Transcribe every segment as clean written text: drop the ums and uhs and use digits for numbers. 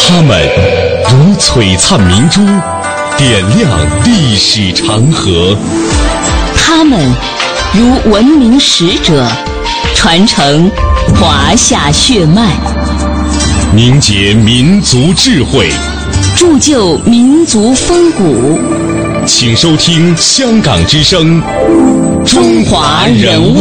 他们如璀璨明珠，点亮历史长河； 他们如文明使者，传承华夏血脉， 凝结民族智慧， 铸就民族风骨。 请收听香港之声《中华人物》。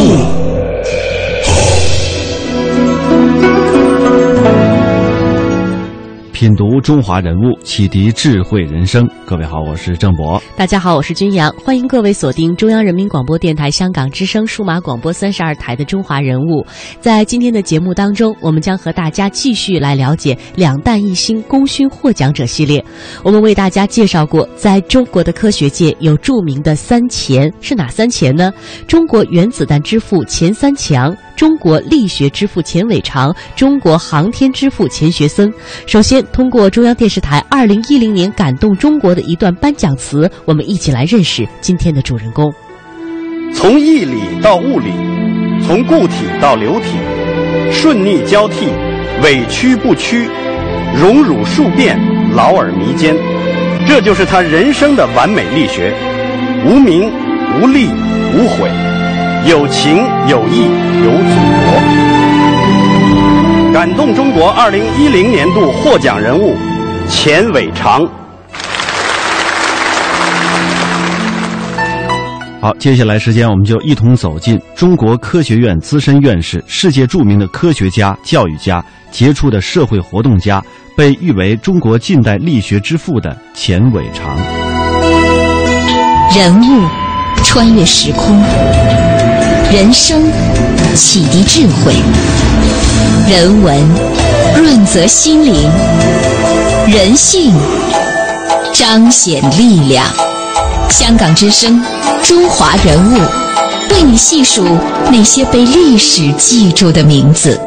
品读中华人物，启迪智慧人生。各位好，我是郑博。 大家好，我是君阳。欢迎各位锁定中央人民广播电台香港之声数码广播32台的中华人物。在今天的节目当中，我们将和大家继续来了解两弹一星功勋获奖者系列。我们为大家介绍过，在中国的科学界有著名的三钱，是哪三钱呢？中国原子弹之父钱三强，中国力学之父钱伟长，中国航天之父钱学森。首先，通过中央电视台2010年感动中国的一段颁奖词，我们一起来认识今天的主人公。 从义理到物理，从固体到流体，顺逆交替，委曲不屈，荣辱数变，劳而弥坚，这就是他人生的完美力学。无名无利无悔，有情有义有祖国。感动中国2010年度获奖人物钱伟长。 好，接下来时间我们就一同走进中国科学院资深院士、世界著名的科学家、教育家、杰出的社会活动家，被誉为中国近代力学之父的钱伟长。 人物穿越时空，人生启迪智慧，人文润泽心灵，人性彰显力量。香港之声中华人物，为你细数那些被历史记住的名字。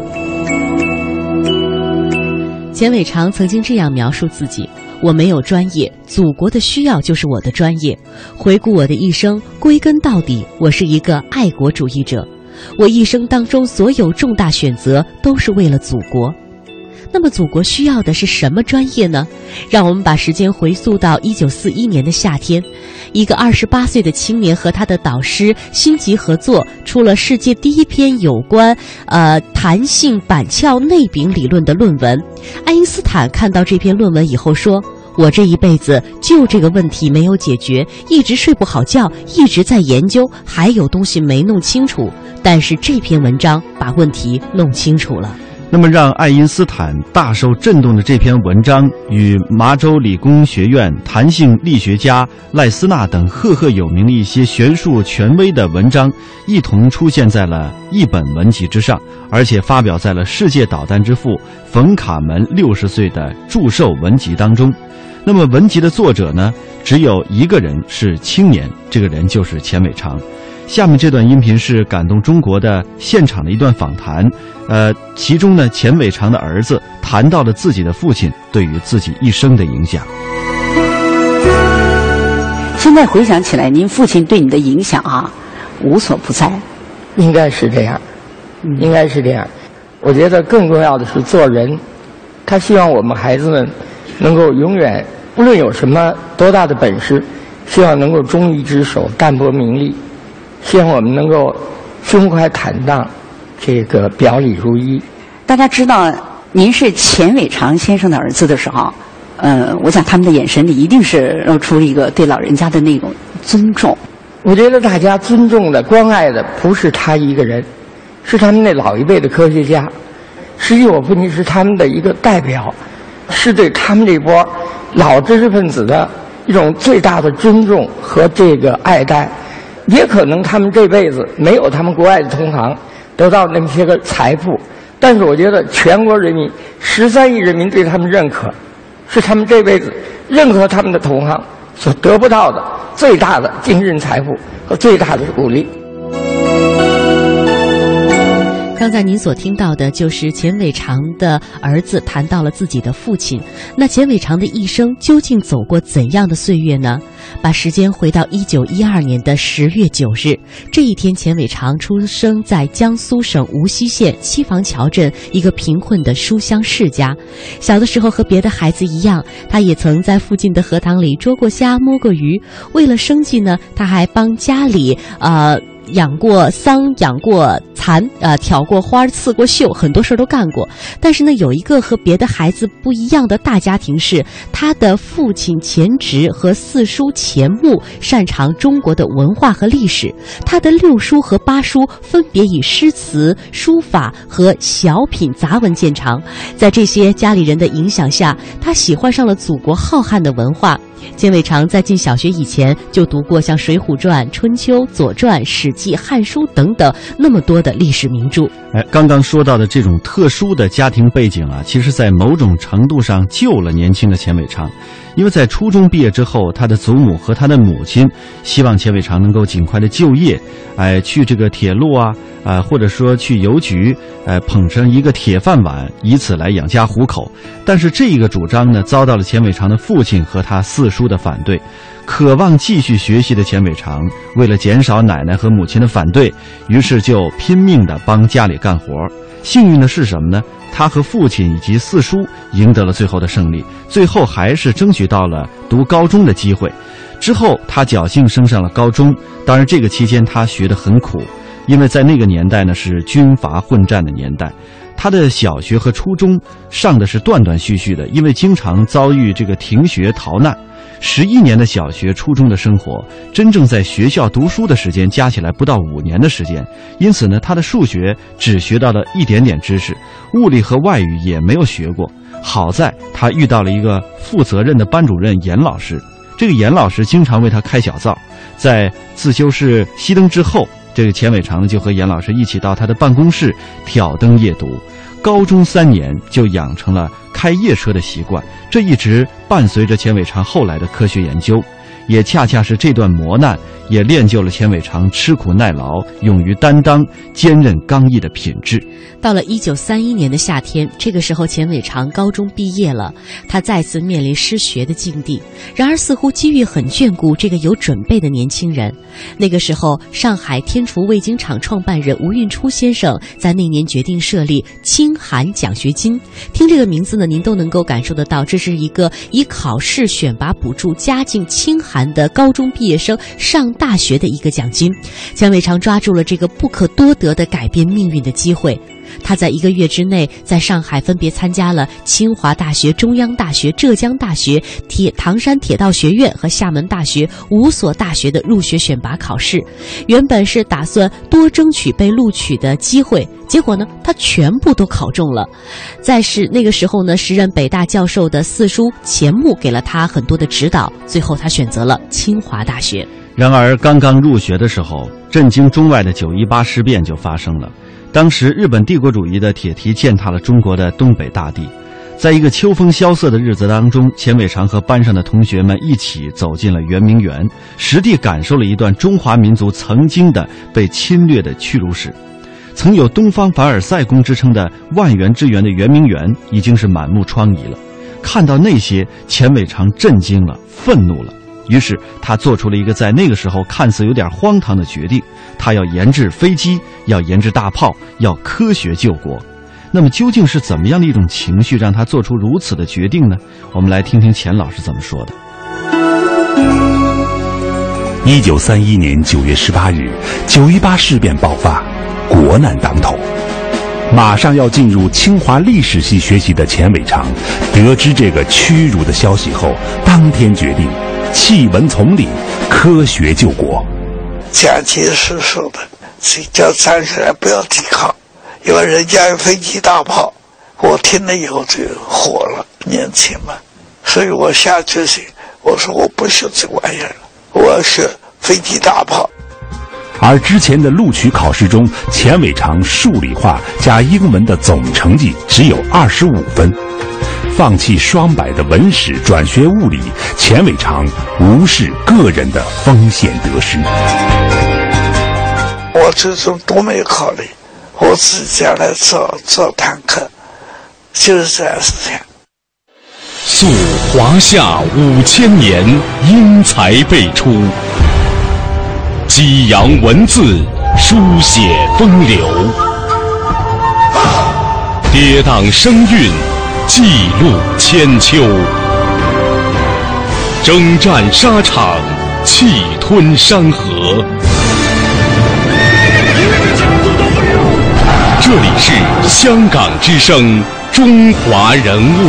钱伟长曾经这样描述自己：我没有专业，祖国的需要就是我的专业。回顾我的一生，归根到底，我是一个爱国主义者。我一生当中所有重大选择都是为了祖国。那么祖国需要的是什么专业呢？让我们把时间回溯到1941年的夏天，一个28岁的青年和他的导师辛吉合作，出了世界第一篇有关弹性板鞘内柄理论的论文。爱因斯坦看到这篇论文以后说，我这一辈子就这个问题没有解决，一直睡不好觉，一直在研究，还有东西没弄清楚，但是这篇文章把问题弄清楚了。 那么让爱因斯坦大受震动的这篇文章，与麻州理工学院弹性力学家赖斯纳等赫赫有名的一些学术权威的文章一同出现在了一本文集之上，而且发表在了世界导弹之父冯卡门60岁的祝寿文集当中。那么文集的作者呢，只有一个人是青年，这个人就是钱伟长。下面这段音频是感动中国的现场的一段访谈，其中呢，钱伟长的儿子谈到了自己的父亲对于自己一生的影响。 现在回想起来，您父亲对你的影响啊，无所不在。 应该是这样，应该是这样。我觉得更重要的是做人，他希望我们孩子们能够永远，无论有什么多大的本事，希望能够忠义之守，淡泊名利。希望我们能够胸怀坦荡，这个表里如一。 大家知道您是钱伟长先生的儿子的时候，我想他们的眼神里一定是露出了一个对老人家的那种尊重。 我觉得大家尊重的、关爱的不是他一个人，是他们那老一辈的科学家。实际我父亲是他们的一个代表，是对他们这波老知识分子的一种最大的尊重和这个爱戴。也可能他们这辈子没有他们国外的同行得到那么些个财富，但是我觉得全国人民13亿人民对他们认可，是他们这辈子任何他们的同行所得不到的最大的精神财富和最大的鼓励。 刚才您所听到的就是钱伟长的儿子谈到了自己的父亲。那钱伟长的一生究竟走过怎样的岁月呢？把时间回到1912年的10月9日，这一天钱伟长出生在江苏省无锡县西房桥镇一个贫困的书香世家。小的时候和别的孩子一样，他也曾在附近的荷塘里捉过虾摸过鱼。为了生计呢，他还帮家里养过桑，养过蚕，挑过花，刺过绣，很多事儿都干过。但是呢，有一个和别的孩子不一样的大家庭是，他的父亲钱植和四叔钱穆擅长中国的文化和历史，他的六叔和八叔分别以诗词、书法和小品杂文见长。在这些家里人的影响下，他喜欢上了祖国浩瀚的文化。钱伟长在进小学以前就读过像《水浒传》《春秋》《左传》《史记》《汉书》等等那么多的历史名著。 刚刚说到的这种特殊的家庭背景啊，其实在某种程度上救了年轻的钱伟长。因为在初中毕业之后，他的祖母和他的母亲希望钱伟长能够尽快的就业，去这个铁路或者说去邮局，捧上一个铁饭碗，以此来养家糊口。但是这个主张呢，遭到了钱伟长的父亲和他四叔的反对。渴望继续学习的钱伟长，为了减少奶奶和母亲的反对，于是就拼命地帮家里干活。幸运的是什么呢？他和父亲以及四叔赢得了最后的胜利，最后还是争取到了读高中的机会。之后他侥幸升上了高中，当然这个期间他学得很苦，因为在那个年代呢是军阀混战的年代。他的小学和初中上的是断断续续的，因为经常遭遇这个停学逃难。11年的小学、初中的生活，真正在学校读书的时间加起来不到5年的时间，因此呢，他的数学只学到了一点点知识，物理和外语也没有学过。好在他遇到了一个负责任的班主任严老师，这个严老师经常为他开小灶，在自修室熄灯之后，这个钱伟长就和严老师一起到他的办公室挑灯夜读。高中3年就养成了开夜车的习惯，这一直伴随着钱伟长后来的科学研究。也恰恰是这段磨难，也练就了钱伟长吃苦耐劳、勇于担当、坚韧刚毅的品质。 到了1931年的夏天，这个时候钱伟长高中毕业了，他再次面临失学的境地。然而似乎机遇很眷顾这个有准备的年轻人。那个时候，上海天厨味精厂创办人吴运初先生在那年决定设立清寒奖学金。听这个名字呢，您都能够感受得到，这是一个以考试选拔补助家境清寒的高中毕业生上大学的一个奖金。钱伟长抓住了这个不可多得的改变命运的机会。他在1个月之内在上海分别参加了清华大学、中央大学、浙江大学、唐山铁道学院和厦门大学5所大学的入学选拔考试。原本是打算多争取被录取的机会，结果呢，他全部都考中了。那个时候呢，时任北大教授的四叔钱穆给了他很多的指导，最后他选择了清华大学。 然而刚刚入学的时候，震惊中外的9·18事变就发生了。当时日本帝国主义的铁蹄践踏了中国的东北大地。在一个秋风萧瑟的日子当中，钱伟长和班上的同学们一起走进了圆明园，实地感受了一段中华民族曾经的被侵略的屈辱史。曾有东方凡尔赛宫之称的万园之园的圆明园已经是满目疮痍了。看到那些，钱伟长震惊了，愤怒了。于是他做出了一个在那个时候看似有点荒唐的决定，他要研制飞机，要研制大炮，要科学救国。那么究竟是怎么样的一种情绪让他做出如此的决定呢？我们来听听钱老师怎么说的。 1931年9月18日，9·18事变爆发，国难当头。马上要进入清华历史系学习的钱伟长，得知这个屈辱的消息后，当天决定弃文从理，科学救国。 蒋介石说的，叫3个人不要抵抗，因为人家有飞机大炮。我听了以后就火了，年轻嘛，所以我下决心，我说我不学这玩意儿了，我要学飞机大炮。 而之前的录取考试中，钱伟长数理化加英文的总成绩只有25分。放弃双百的文史，转学物理，钱伟长无视个人的风险得失。 我这种都没有考虑， 我自己将来做坦克，就是这样事情。 溯华夏5000年，英才辈出，激扬文字，书写风流，跌宕声韵，记录千秋，征战沙场，气吞山河。这里是香港之声，中华人物。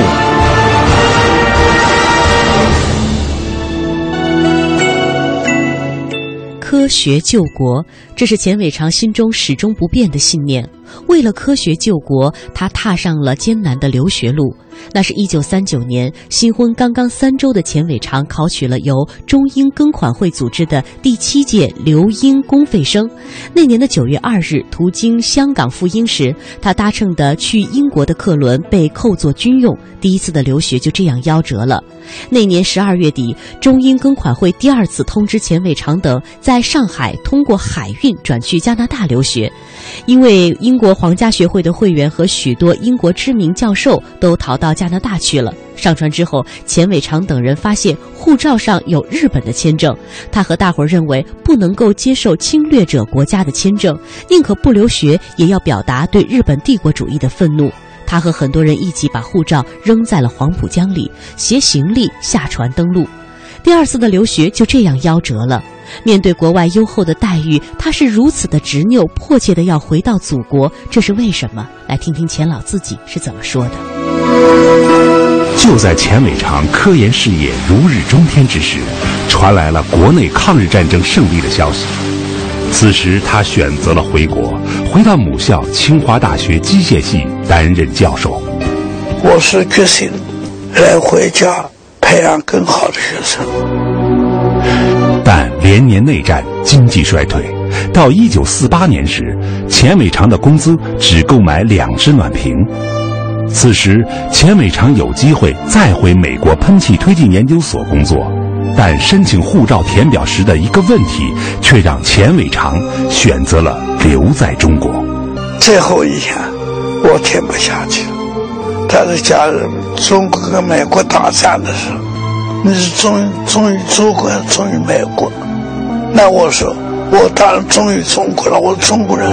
科学救国，这是钱伟长心中始终不变的信念。为了科学救国，他踏上了艰难的留学路。那是1939年，新婚刚刚3周的钱伟长考取了由中英庚款会组织的第7届留英公费生。那年的9月2日，途经香港赴英时，他搭乘的去英国的客轮被扣作军用，第一次的留学就这样夭折了。那年12月底，中英庚款会第2次通知钱伟长等在上海通过海运转去加拿大留学。因为英国皇家学会的会员和许多英国知名教授都逃到加拿大去了。上船之后，钱伟长等人发现护照上有日本的签证，他和大伙儿认为不能够接受侵略者国家的签证，宁可不留学也要表达对日本帝国主义的愤怒。他和很多人一起把护照扔在了黄浦江里，携行李下船登陆。第2次的留学就这样夭折了。面对国外优厚的待遇，他是如此的执拗，迫切的要回到祖国，这是为什么？来听听钱老自己是怎么说的。 就在钱伟长科研事业如日中天之时，传来了国内抗日战争胜利的消息。此时他选择了回国，回到母校清华大学机械系担任教授。 我是决心来回家培养更好的学生。 但连年内战，经济衰退，到1948年时，钱伟长的工资只够买2只暖瓶。此时，钱伟长有机会再回美国喷气推进研究所工作，但申请护照填表时的一个问题，却让钱伟长选择了留在中国。 最后一项，我填不下去了。但是假如中国跟美国打仗的时候，你是忠于祖国，忠于美国，那我说我当然忠于中国了，我是中国人。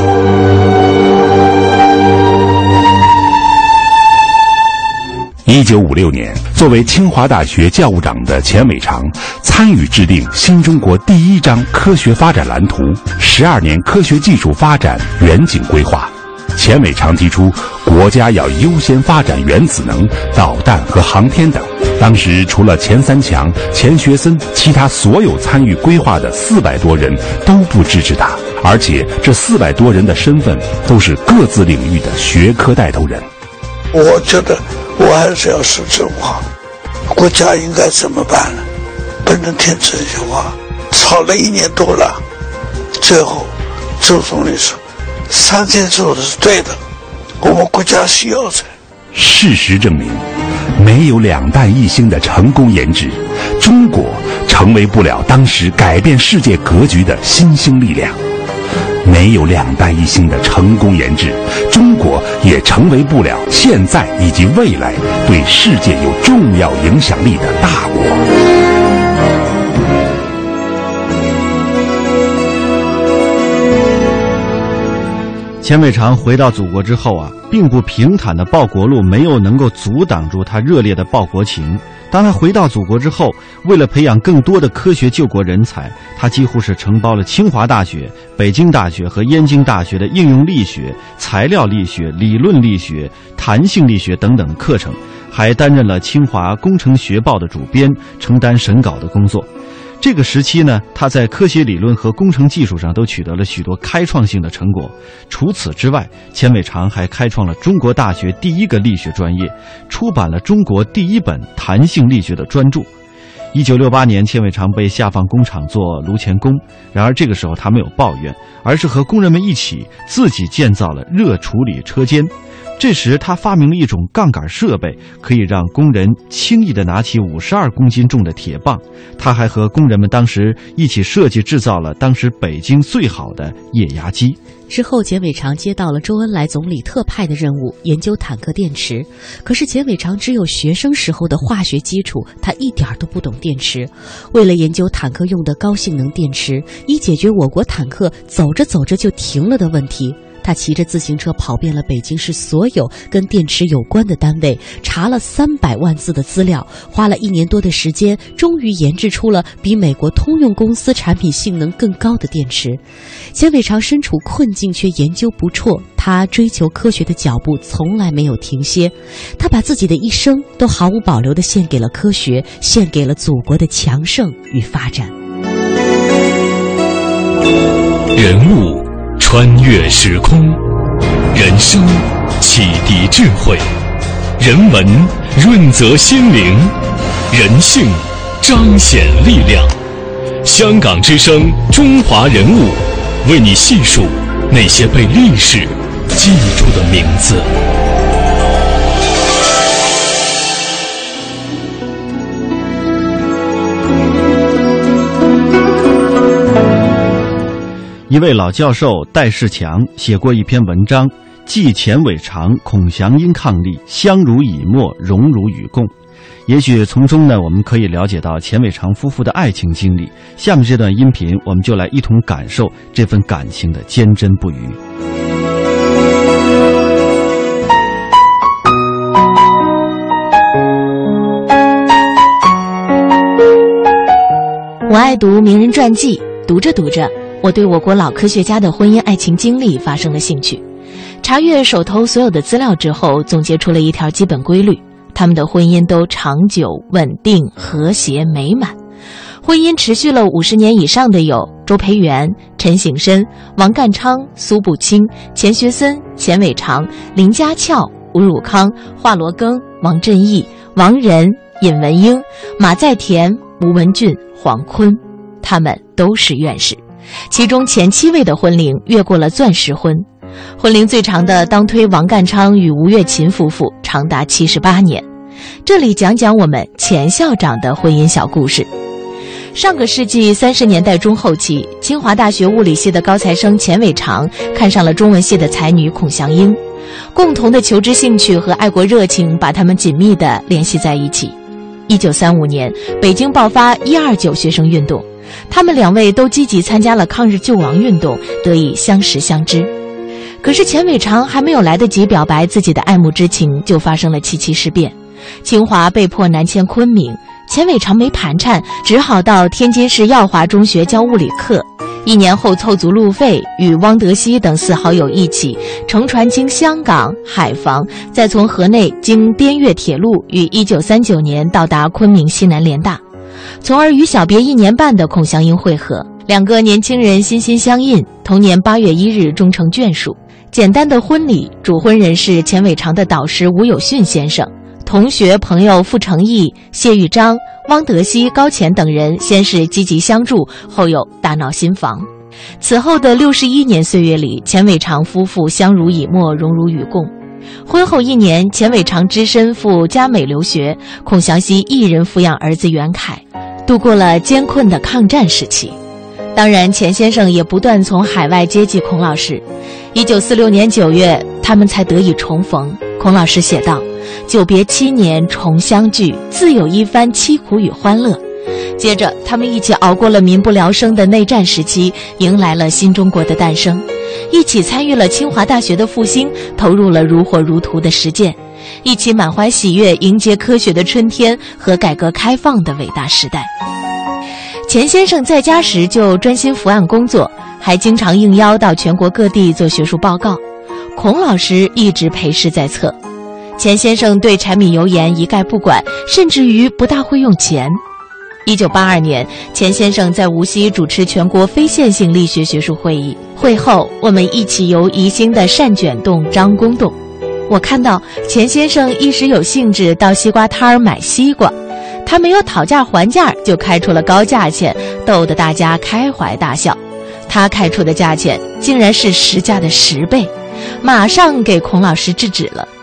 1956年，作为清华大学教务长的钱伟长参与制定新中国第1章科学发展蓝图，12年科学技术发展远景规划。钱伟长提出，国家要优先发展原子能、导弹和航天等。当时除了钱三强、钱学森，其他所有参与规划的400多人都不支持他，而且这400多人的身份都是各自领域的学科带头人。 我觉得我还是要说真话，国家应该怎么办呢？不能听这句话。吵了1年多了，最后周总理说3件做的是对的，我们国家需要这。 事实证明，没有2弹1星的成功研制，中国成为不了当时改变世界格局的新兴力量。没有2弹1星的成功研制，中国也成为不了现在以及未来对世界有重要影响力的大国。 钱伟长回到祖国之后啊，并不平坦的报国路没有能够阻挡住他热烈的报国情。当他回到祖国之后，为了培养更多的科学救国人才，他几乎是承包了清华大学、北京大学和燕京大学的应用力学、材料力学、理论力学、弹性力学等等的课程，还担任了清华工程学报的主编，承担审稿的工作。这个时期呢，他在科学理论和工程技术上都取得了许多开创性的成果。除此之外，钱伟长还开创了中国大学第1个力学专业，出版了中国第1本弹性力学的专著。1968年，钱伟长被下放工厂做炉钳工，然而这个时候他没有抱怨，而是和工人们一起自己建造了热处理车间。 这时他发明了一种杠杆设备，可以让工人轻易地拿起52公斤重的铁棒。他还和工人们当时一起设计制造了当时北京最好的液压机。 之后，简伟长接到了周恩来总理特派的任务，研究坦克电池。可是简伟长只有学生时候的化学基础，他一点都不懂电池。为了研究坦克用的高性能电池，以解决我国坦克走着走着就停了的问题，他骑着自行车跑遍了北京市所有跟电池有关的单位，查了300万字的资料，花了1年多的时间，终于研制出了比美国通用公司产品性能更高的电池。简伟长身处困境却研究不辍，他追求科学的脚步从来没有停歇，他把自己的一生都毫无保留地献给了科学，献给了祖国的强盛与发展。 人物穿越时空，人生启迪智慧，人文润泽心灵，人性彰显力量。香港之声，中华人物，为你细数那些被历史记住的名字。 一位老教授戴世强写过一篇文章，继钱伟长、孔祥英伉俪，相濡以沫，荣辱与共。也许从中呢，我们可以了解到钱伟长夫妇的爱情经历。下面这段音频，我们就来一同感受这份感情的坚贞不渝。 我爱读名人传记，读着读着，我对我国老科学家的婚姻爱情经历发生了兴趣。查阅手头所有的资料之后，总结出了一条基本规律：他们的婚姻都长久、稳定、和谐、美满。婚姻持续了50年以上的有周培源、陈省身、王淦昌、苏步青、钱学森、钱伟长、林家翘、吴汝康、华罗庚、王振义、王仁、尹文英、马在田、吴文俊、黄坤，他们都是院士。其中前7位的婚龄越过了钻石婚，婚龄最长的当推王淦昌与吴月琴夫妇，长达78年。这里讲讲我们钱校长的婚姻小故事。上个世纪30年代中后期，清华大学物理系的高材生钱伟长看上了中文系的才女孔祥英，共同的求知兴趣和爱国热情把他们紧密地联系在一起。1935年，北京爆发129学生运动，他们2位都积极参加了抗日救亡运动，得以相识相知。可是钱伟长还没有来得及表白自己的爱慕之情，就发生了7七事变，清华被迫南迁昆明。钱伟长没盘缠，只好到天津市耀华中学教物理课。1年后凑足路费，与汪德熙等4好友一起乘船经香港、海防，再从河内经滇越铁路，于1939年到达昆明西南联大，从而与小别1年半的孔祥英会合。2个年轻人心心相印，同年8月1日终成眷属。简单的婚礼，主婚人是钱伟长的导师吴有训先生，同学朋友傅成义、谢玉章、汪德熙、高乾等人先是积极相助，后又大闹新房。此后的61年岁月里，钱伟长夫妇相濡以沫，荣辱与共。婚后1年，钱伟长只身赴加美留学，孔祥熙一人抚养儿子袁凯，度过了艰困的抗战时期。当然，钱先生也不断从海外接济孔老师。1946年9月，他们才得以重逢。孔老师写道：“久别7年重相聚，自有一番凄苦与欢乐。”接着，他们一起熬过了民不聊生的内战时期，迎来了新中国的诞生，一起参与了清华大学的复兴，投入了如火如荼的实践，一起满怀喜悦迎接科学的春天和改革开放的伟大时代。钱先生在家时就专心伏案工作，还经常应邀到全国各地做学术报告。孔老师一直陪侍在侧，钱先生对柴米油盐一概不管，甚至于不大会用钱。1982年，钱先生在无锡主持全国非线性力学学术会议，会后我们一起游宜兴的善卷洞、张公洞。我看到钱先生一时有兴致到西瓜摊儿买西瓜，他没有讨价还价就开出了高价钱，逗得大家开怀大笑。他开出的价钱竟然是实价的10倍，马上给孔老师制止了。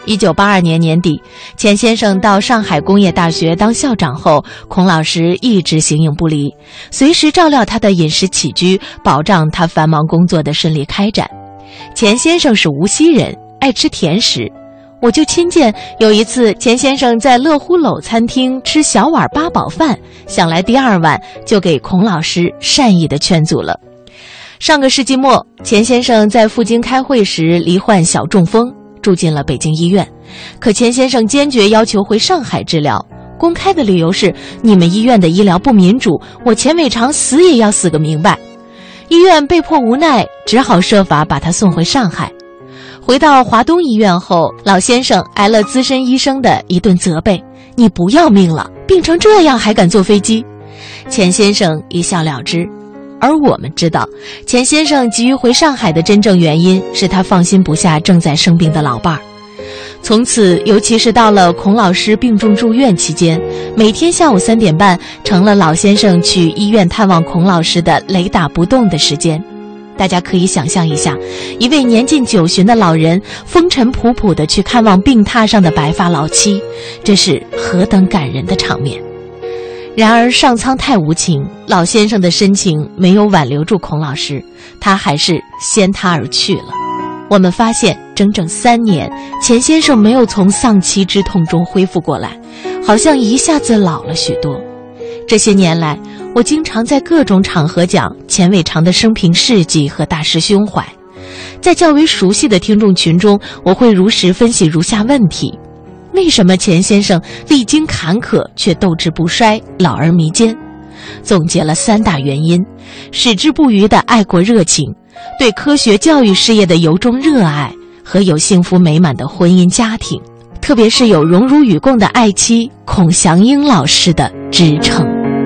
1982年年底，钱先生到上海工业大学当校长后，孔老师一直形影不离，随时照料他的饮食起居，保障他繁忙工作的顺利开展。钱先生是无锡人，爱吃甜食。我就亲见有一次，钱先生在乐乎楼餐厅吃小碗八宝饭，想来第2碗就给孔老师善意地劝阻了。上个世纪末，钱先生在赴京开会时罹患小中风，住进了北京医院。可钱先生坚决要求回上海治疗，公开的理由是：你们医院的医疗不民主，我钱伟长死也要死个明白。医院被迫无奈，只好设法把他送回上海。回到华东医院后，老先生挨了资深医生的一顿责备：你不要命了，病成这样还敢坐飞机？钱先生一笑了之。而我们知道，钱先生急于回上海的真正原因是他放心不下正在生病的老伴儿。从此，尤其是到了孔老师病重住院期间，每天下午3点半成了老先生去医院探望孔老师的雷打不动的时间。大家可以想象一下，一位年近90的老人风尘仆仆地去看望病榻上的白发老妻，这是何等感人的场面。然而上苍太无情，老先生的深情没有挽留住孔老师，他还是先他而去了。我们发现整整3年，钱先生没有从丧妻之痛中恢复过来，好像一下子老了许多。这些年来，我经常在各种场合讲钱伟长的生平事迹和大师胸怀。在较为熟悉的听众群中，我会如实分析如下问题：为什么钱先生历经坎坷却斗志不衰，老而弥坚？总结了3大原因：矢志不渝的爱国热情，对科学教育事业的由衷热爱，和有幸福美满的婚姻家庭，特别是有荣辱与共的爱妻孔祥英老师的支撑。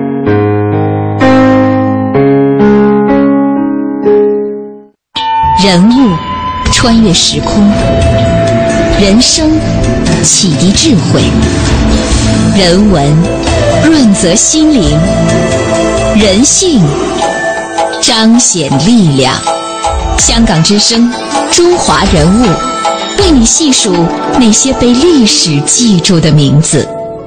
人物穿越时空，人生启迪智慧，人文润泽心灵，人性彰显力量。香港之声，中华人物，为你细数那些被历史记住的名字。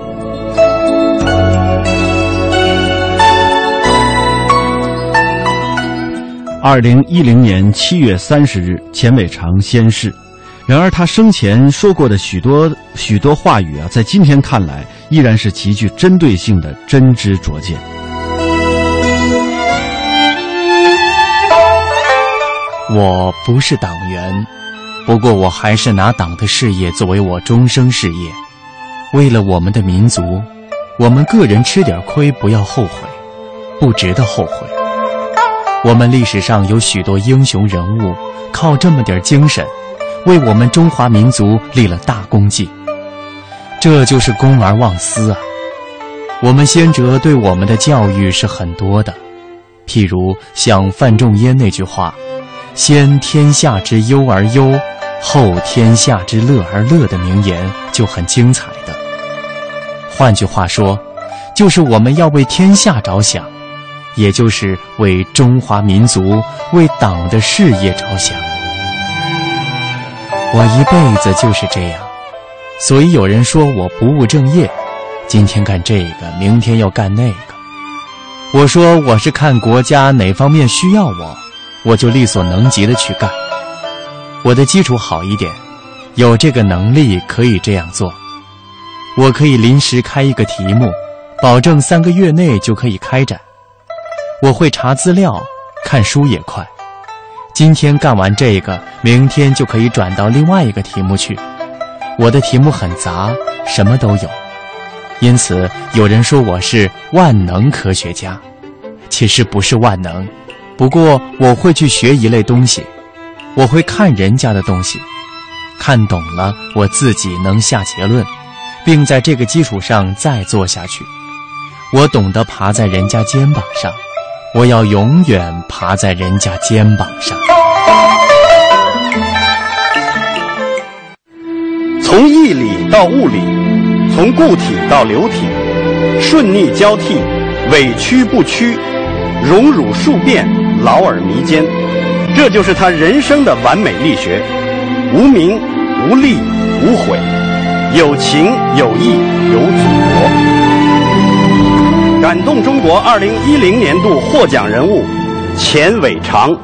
2010年7月30日，钱伟长仙逝。然而他生前说过的许多话语在今天看来依然是极具针对性的真知灼见。 我不是党员，不过我还是拿党的事业作为我终生事业。为了我们的民族，我们个人吃点亏不要后悔，不值得后悔。我们历史上有许多英雄人物，靠这么点精神，为我们中华民族立了大功绩。这就是公而忘私啊！我们先哲对我们的教育是很多的，譬如像范仲淹那句话：先天下之忧而忧，后天下之乐而乐的名言就很精彩的。换句话说，就是我们要为天下着想，也就是为中华民族、为党的事业着想。我一辈子就是这样，所以有人说我不务正业，今天干这个，明天要干那个。我说我是看国家哪方面需要我就力所能及的去干。我的基础好一点，有这个能力可以这样做。我可以临时开一个题目，保证3个月内就可以开展。我会查资料，看书也快。今天干完这个，明天就可以转到另外一个题目去。我的题目很杂，什么都有。因此有人说我是万能科学家，其实不是万能，不过我会去学一类东西，我会看人家的东西，看懂了我自己能下结论，并在这个基础上再做下去。我懂得爬在人家肩膀上，我要永远爬在人家肩膀上。 从义理到物理，从固体到流体，顺逆交替，委曲不屈，荣辱数变，劳而弥坚，这就是他人生的完美力学。无名无力无悔，有情有义有祖国。感动中国2010年度获奖人物钱伟长。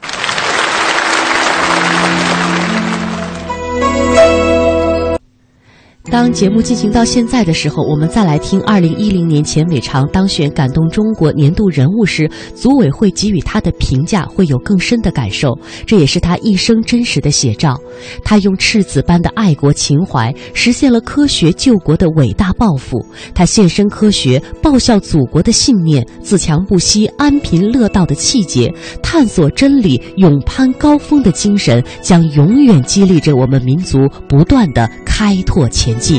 当节目进行到现在的时候，我们再来听2010年钱伟长当选感动中国年度人物时，组委会给予他的评价会有更深的感受，这也是他一生真实的写照。他用赤子般的爱国情怀，实现了科学救国的伟大抱负。他献身科学，报效祖国的信念，自强不息、安贫乐道的气节，探索真理、勇攀高峰的精神，将永远激励着我们民族不断地开拓前进。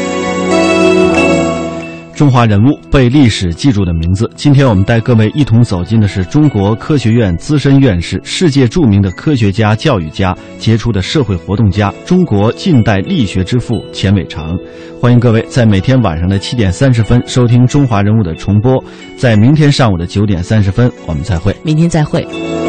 中华人物被历史记住的名字，今天我们带各位一同走进的是中国科学院资深院士、世界著名的科学家、教育家、杰出的社会活动家、中国近代力学之父钱伟长。欢迎各位在每天晚上的7点30分收听中华人物的重播，在明天上午的9点30分我们再会。 明天再会。